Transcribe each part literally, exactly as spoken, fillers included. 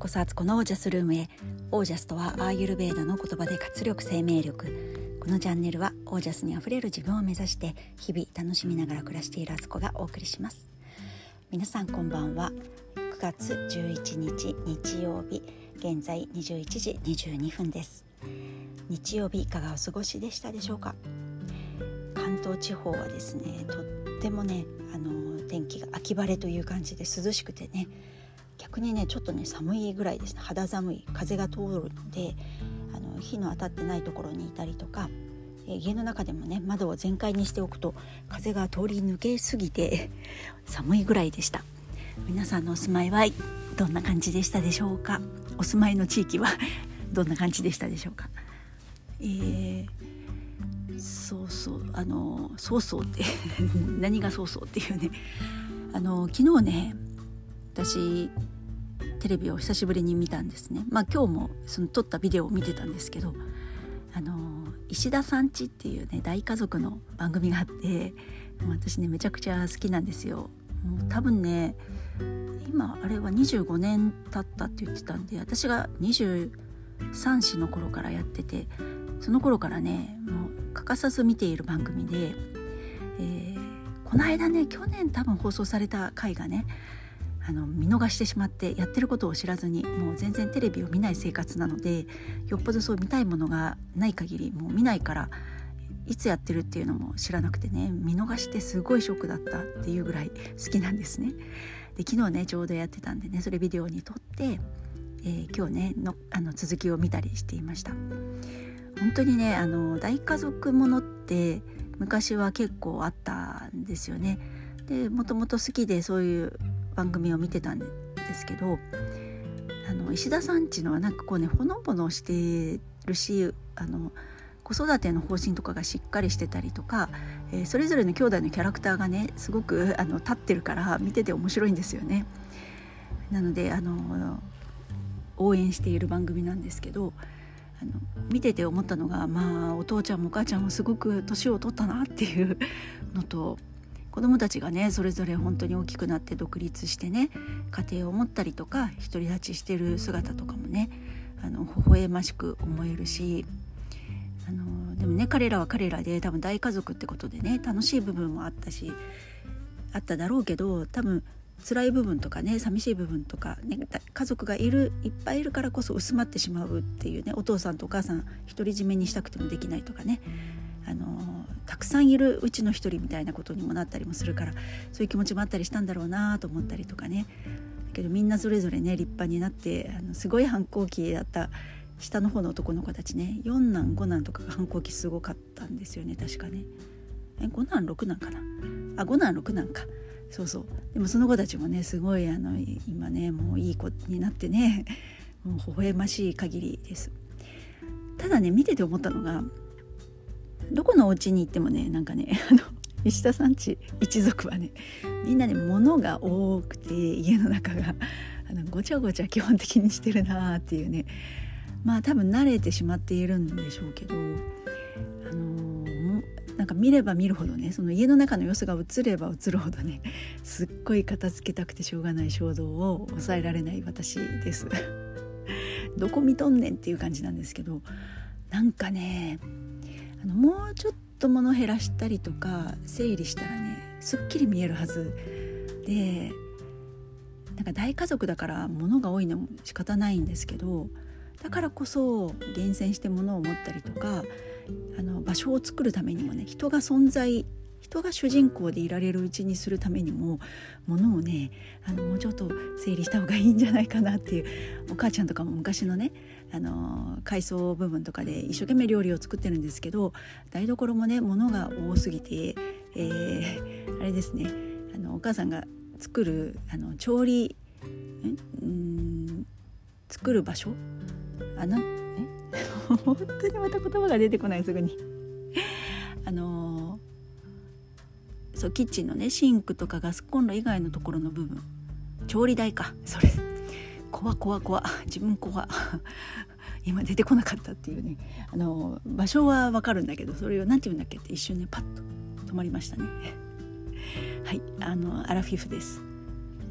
こそアツコのオージャスルームへ。オージャスとはアーユルベーダの言葉で活力、生命力。このチャンネルはオージャスにあふれる自分を目指して日々楽しみながら暮らしているアツコがお送りします。皆さんこんばんは。くがつじゅういちにち日曜日、現在にじゅういちじにじゅうにふんです。日曜日いかがお過ごしでしたでしょうか。関東地方はですね、とってもねあの天気が秋晴れという感じで涼しくてね、逆にねちょっとね寒いぐらいですね。肌寒い、風が通るのであの日の当たってないところにいたりとか、え家の中でもね窓を全開にしておくと風が通り抜けすぎて寒いぐらいでした。皆さんのお住まいはどんな感じでしたでしょうか。お住まいの地域はどんな感じでしたでしょうか。えー、そうそうあのそうそうって何がそうそうっていうね、あの昨日ね私テレビを久しぶりに見たんですね。まあ今日もその撮ったビデオを見てたんですけど、あの石田さんちっていうね大家族の番組があって、もう私ねめちゃくちゃ好きなんですよ。もう多分ね今あれはにじゅうごねん経ったって言ってたんで、私がにじゅうさんさいの頃からやってて、その頃からねもう欠かさず見ている番組で、えー、この間ね去年多分放送された回がねあの見逃してしまって、やってることを知らずにもう全然テレビを見ない生活なので、よっぽどそう見たいものがない限りもう見ないから、いつやってるっていうのも知らなくてね、見逃してすごいショックだったっていうぐらい好きなんですね。で昨日ねちょうどやってたんでね、それビデオに撮って、えー、今日ねのあの続きを見たりしていました。本当にねあの大家族ものって昔は結構あったんですよね。でもともと好きでそういう番組を見てたんですけど、あの石田さんちのはなんかこうねほのぼのしてるし、あの子育ての方針とかがしっかりしてたりとか、えー、それぞれの兄弟のキャラクターがねすごくあの立ってるから見てて面白いんですよね。なのであの応援している番組なんですけど、あの見てて思ったのが、まあお父ちゃんもお母ちゃんもすごく年を取ったなっていうのと、子どもたちがねそれぞれ本当に大きくなって独立してね家庭を持ったりとか独り立ちしてる姿とかもねあの微笑ましく思えるし、あのでもね彼らは彼らで多分大家族ってことでね楽しい部分もあったしあっただろうけど、多分辛い部分とかね寂しい部分とか、ね、家族がいるいっぱいいるからこそ薄まってしまうっていうね、お父さんとお母さん独り占めにしたくてもできないとかね、あのたくさんいるうちの一人みたいなことにもなったりもするから、そういう気持ちもあったりしたんだろうなと思ったりとかね。だけどみんなそれぞれね立派になって、あのすごい反抗期だった下の方の男の子たちね、四男五男とかが反抗期すごかったんですよね確かね。え五男六男かなあ五男六男か、そうそう。でもその子たちもねすごいあの今ねもういい子になってね、もう微笑ましい限りです。ただね見てて思ったのが、どこのお家に行ってもねなんかねあの石田さんち一族はねみんなね物が多くて、家の中があのごちゃごちゃ基本的にしてるなっていうね、まあ多分慣れてしまっているんでしょうけど、あのなんか見れば見るほどねその家の中の様子が映れば映るほどねすっごい片付けたくてしょうがない衝動を抑えられない私ですどこ見とんねんっていう感じなんですけど、なんかねあのもうちょっと物減らしたりとか整理したらねすっきり見えるはずで、なんか大家族だから物が多いのも仕方ないんですけど、だからこそ厳選して物を持ったりとか、あの場所を作るためにもね人が存在人が主人公でいられるうちにするためにも物をねあのもうちょっと整理した方がいいんじゃないかなっていう。お母ちゃんとかも昔のねあの改装部分とかで一生懸命料理を作ってるんですけど、台所もね物が多すぎて、えー、あれですねあのお母さんが作るあの調理んん作る場所あなえ本当にまた言葉が出てこないすぐにあのそうキッチンのねシンクとかガスコンロ以外のところの部分、調理台か、それ怖怖怖自分怖今出てこなかったっていうね、あの場所はわかるんだけどそれをなんて言うんだっけって一瞬ねパッと止まりましたねはい、あのアラフィフです。はい、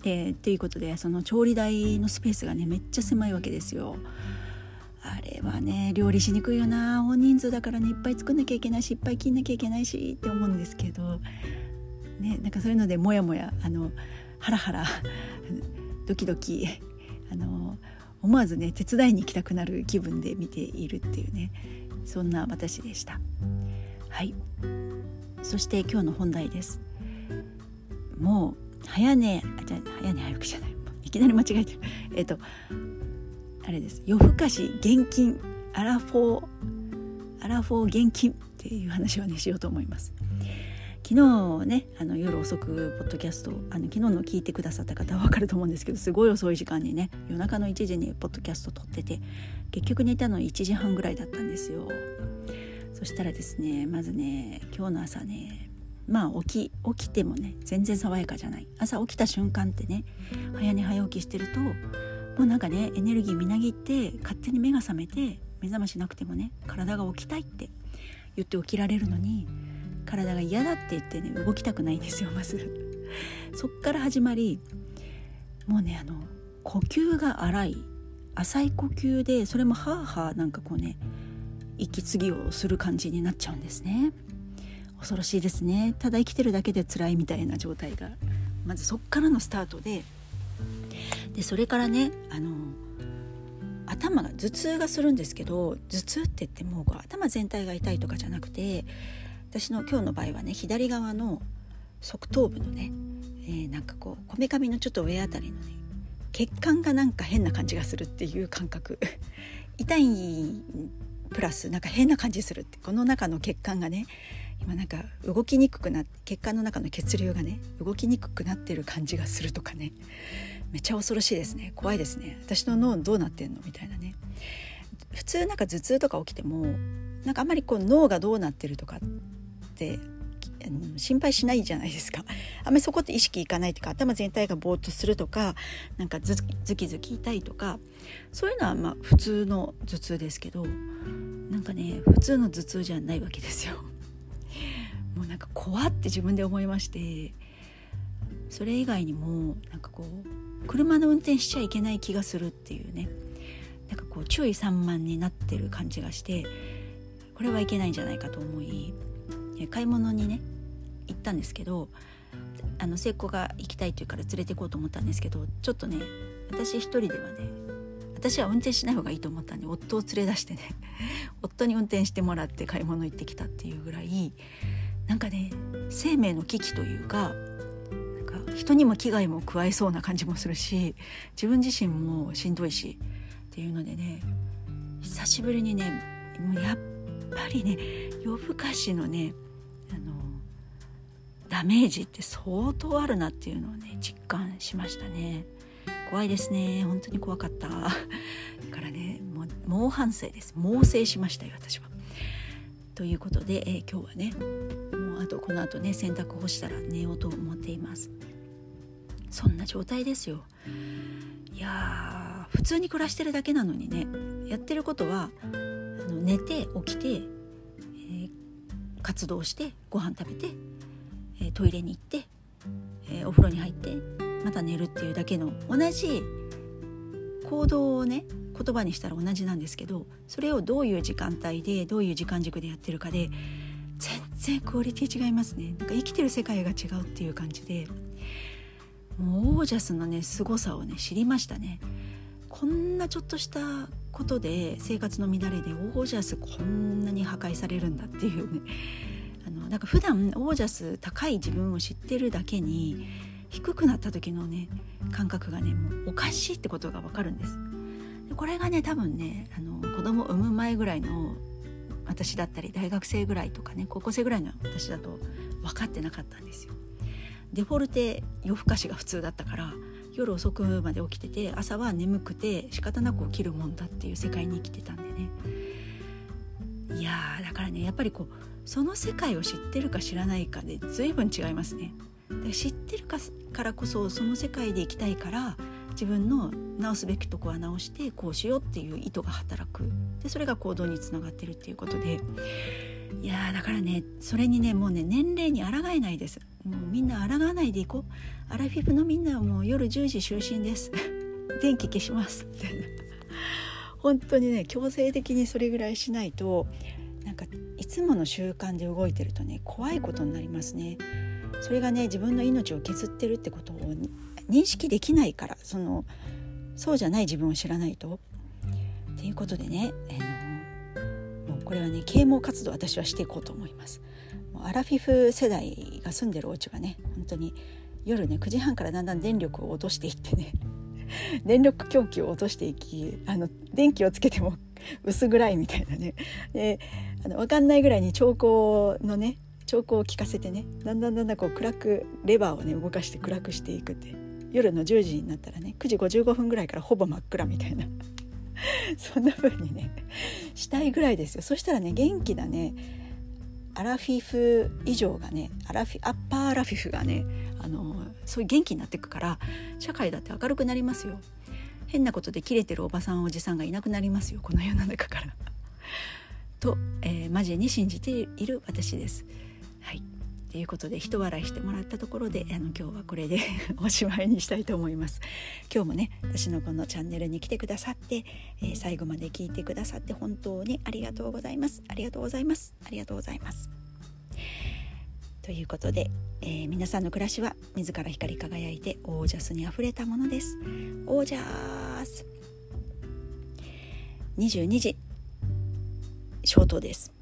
えー、っていうことでその調理台のスペースがねめっちゃ狭いわけですよ。あれはね料理しにくいよな。大人数だからねいっぱい作んなきゃいけないしいっぱい切んなきゃいけないしって思うんですけどね、なんかそういうのでもやもやあのハラハラドキドキあの思わずね手伝いに行きたくなる気分で見ているっていうね、そんな私でした。はい、そして今日の本題です。もう早寝あじゃ早寝早起きじゃないいきなり間違えてるえっとあれです夜更かし厳禁アラフォーアラフォー厳禁っていう話をねしようと思います。昨日ねあの夜遅くポッドキャストあの昨日の聞いてくださった方は分かると思うんですけど、すごい遅い時間にね夜中のいちじにポッドキャスト撮ってて結局寝たのいちじはんぐらいだったんですよ。そしたらですねまずね今日の朝ねまあ起き起きてもね全然爽やかじゃない。朝起きた瞬間ってね早寝早起きしてるともうなんかねエネルギーみなぎって勝手に目が覚めて目覚ましなくてもね体が起きたいって言って起きられるのに体が嫌だって言ってね動きたくないんですよ。まずそっから始まりもうねあの呼吸が荒い浅い呼吸でそれもハーハーなんかこうね息継ぎをする感じになっちゃうんですね。恐ろしいですね。ただ生きてるだけで辛いみたいな状態がまずそっからのスタートででそれからねあの頭が頭痛がするんですけど、頭痛って言っても頭全体が痛いとかじゃなくて私の今日の場合はね左側の側頭部のね、えー、なんかこうこめかみのちょっと上あたりのね血管がなんか変な感じがするっていう感覚痛いプラスなんか変な感じするって、この中の血管がね今なんか動きにくくなって血管の中の血流がね動きにくくなってる感じがするとかね、めっちゃ恐ろしいですね。怖いですね。私の脳どうなってんのみたいなね。普通なんか頭痛とか起きてもなんかあんまりこう脳がどうなってるとかって心配しないじゃないですか。あんまりそこって意識いかないとか頭全体がぼーっとするとかなんかズズキズキ痛いとかそういうのはまあ普通の頭痛ですけど、なんかね普通の頭痛じゃないわけですよ。もうなんか怖って自分で思いまして、それ以外にもなんかこう車の運転しちゃいけない気がするっていうね、なんかこう注意散漫になってる感じがしてこれはいけないんじゃないかと思い買い物にね行ったんですけど、あの末っ子が行きたいというから連れて行こうと思ったんですけど、ちょっとね私一人ではね私は運転しない方がいいと思ったんで夫を連れ出してね夫に運転してもらって買い物行ってきたっていうぐらいなんかね生命の危機というか、なんか人にも危害も加えそうな感じもするし自分自身もしんどいしっていうのでね、久しぶりにねもうやっぱりね夜更かしのねあのダメージって相当あるなっていうのをね実感しましたね。怖いですね。本当に怖かっただからねもう猛反省です。猛省しましたよ私は。ということで、えー、今日はねもうあとこの後ね洗濯干したら寝ようと思っています。そんな状態ですよ。いや普通に暮らしてるだけなのにねやってることはあの寝て起きて、えー、活動してご飯食べて、えー、トイレに行って、えー、お風呂に入ってまた寝るっていうだけの同じ行動をね言葉にしたら同じなんですけど、それをどういう時間帯でどういう時間軸でやってるかで全然クオリティ違いますね。なんか生きてる世界が違うっていう感じで、もうオージャスのね凄さをね知りましたね。こんなちょっとしたことで生活の乱れでオージャスこんなに破壊されるんだっていうね、あのなんか普段オージャス高い自分を知ってるだけに低くなった時のね感覚がねもうおかしいってことが分かるんです。でこれがね多分ねあの子供を産む前ぐらいの私だったり大学生ぐらいとかね高校生ぐらいの私だと分かってなかったんですよ。デフォルテ夜更かしが普通だったから夜遅くまで起きてて朝は眠くて仕方なく起きるもんだっていう世界に生きてたんでね。いやーだからねやっぱりこうその世界を知ってるか知らないかで随分違いますね。だから知ってるからこそその世界で生きたいから自分の直すべきとこは直してこうしようっていう意図が働く。でそれが行動につながってるっていうことで、 いやだからね、それにねもうね年齢に抗えないです。もうみんな抗わないでいこう。アラフィフのみんなはもう夜じゅうじ就寝です電気消しますみたいな本当にね強制的にそれぐらいしないと、なんかいつもの習慣で動いてるとね怖いことになりますね。それがね自分の命を削ってるってことを認識できないから、そのそうじゃない自分を知らないとっていうことでね、あのもうこれはね啓蒙活動私はしていこうと思います。もうアラフィフ世代が住んでるお家はね本当に夜ねくじはんからだんだん電力を落としていってね電力供給を落としていき、あの電気をつけても薄暗いみたいなね、であの分かんないぐらいに調光のね調光を効かせてね、だんだんだんだんこう暗くレバーをね動かして暗くしていくって、夜のじゅうじになったらねくじごじゅうごふんぐらいからほぼ真っ暗みたいなそんな風にねしたいぐらいですよ。そしたらね元気なねアラフィフ以上がねアラフィアッパーアラフィフがねあのそういう元気になっていくから社会だって明るくなりますよ。変なことでキレてるおばさんおじさんがいなくなりますよ、この世の中からと、えー、マジに信じている私です。はいということで一笑いしてもらったところであの今日はこれでおしまいにしたいと思います。今日もね私のこのチャンネルに来てくださって、えー、最後まで聞いてくださって本当にありがとうございますありがとうございますありがとうございますということで、えー、皆さんの暮らしは自ら光り輝いてオージャスにあふれたものです。オージャスにじゅうにじ消灯です。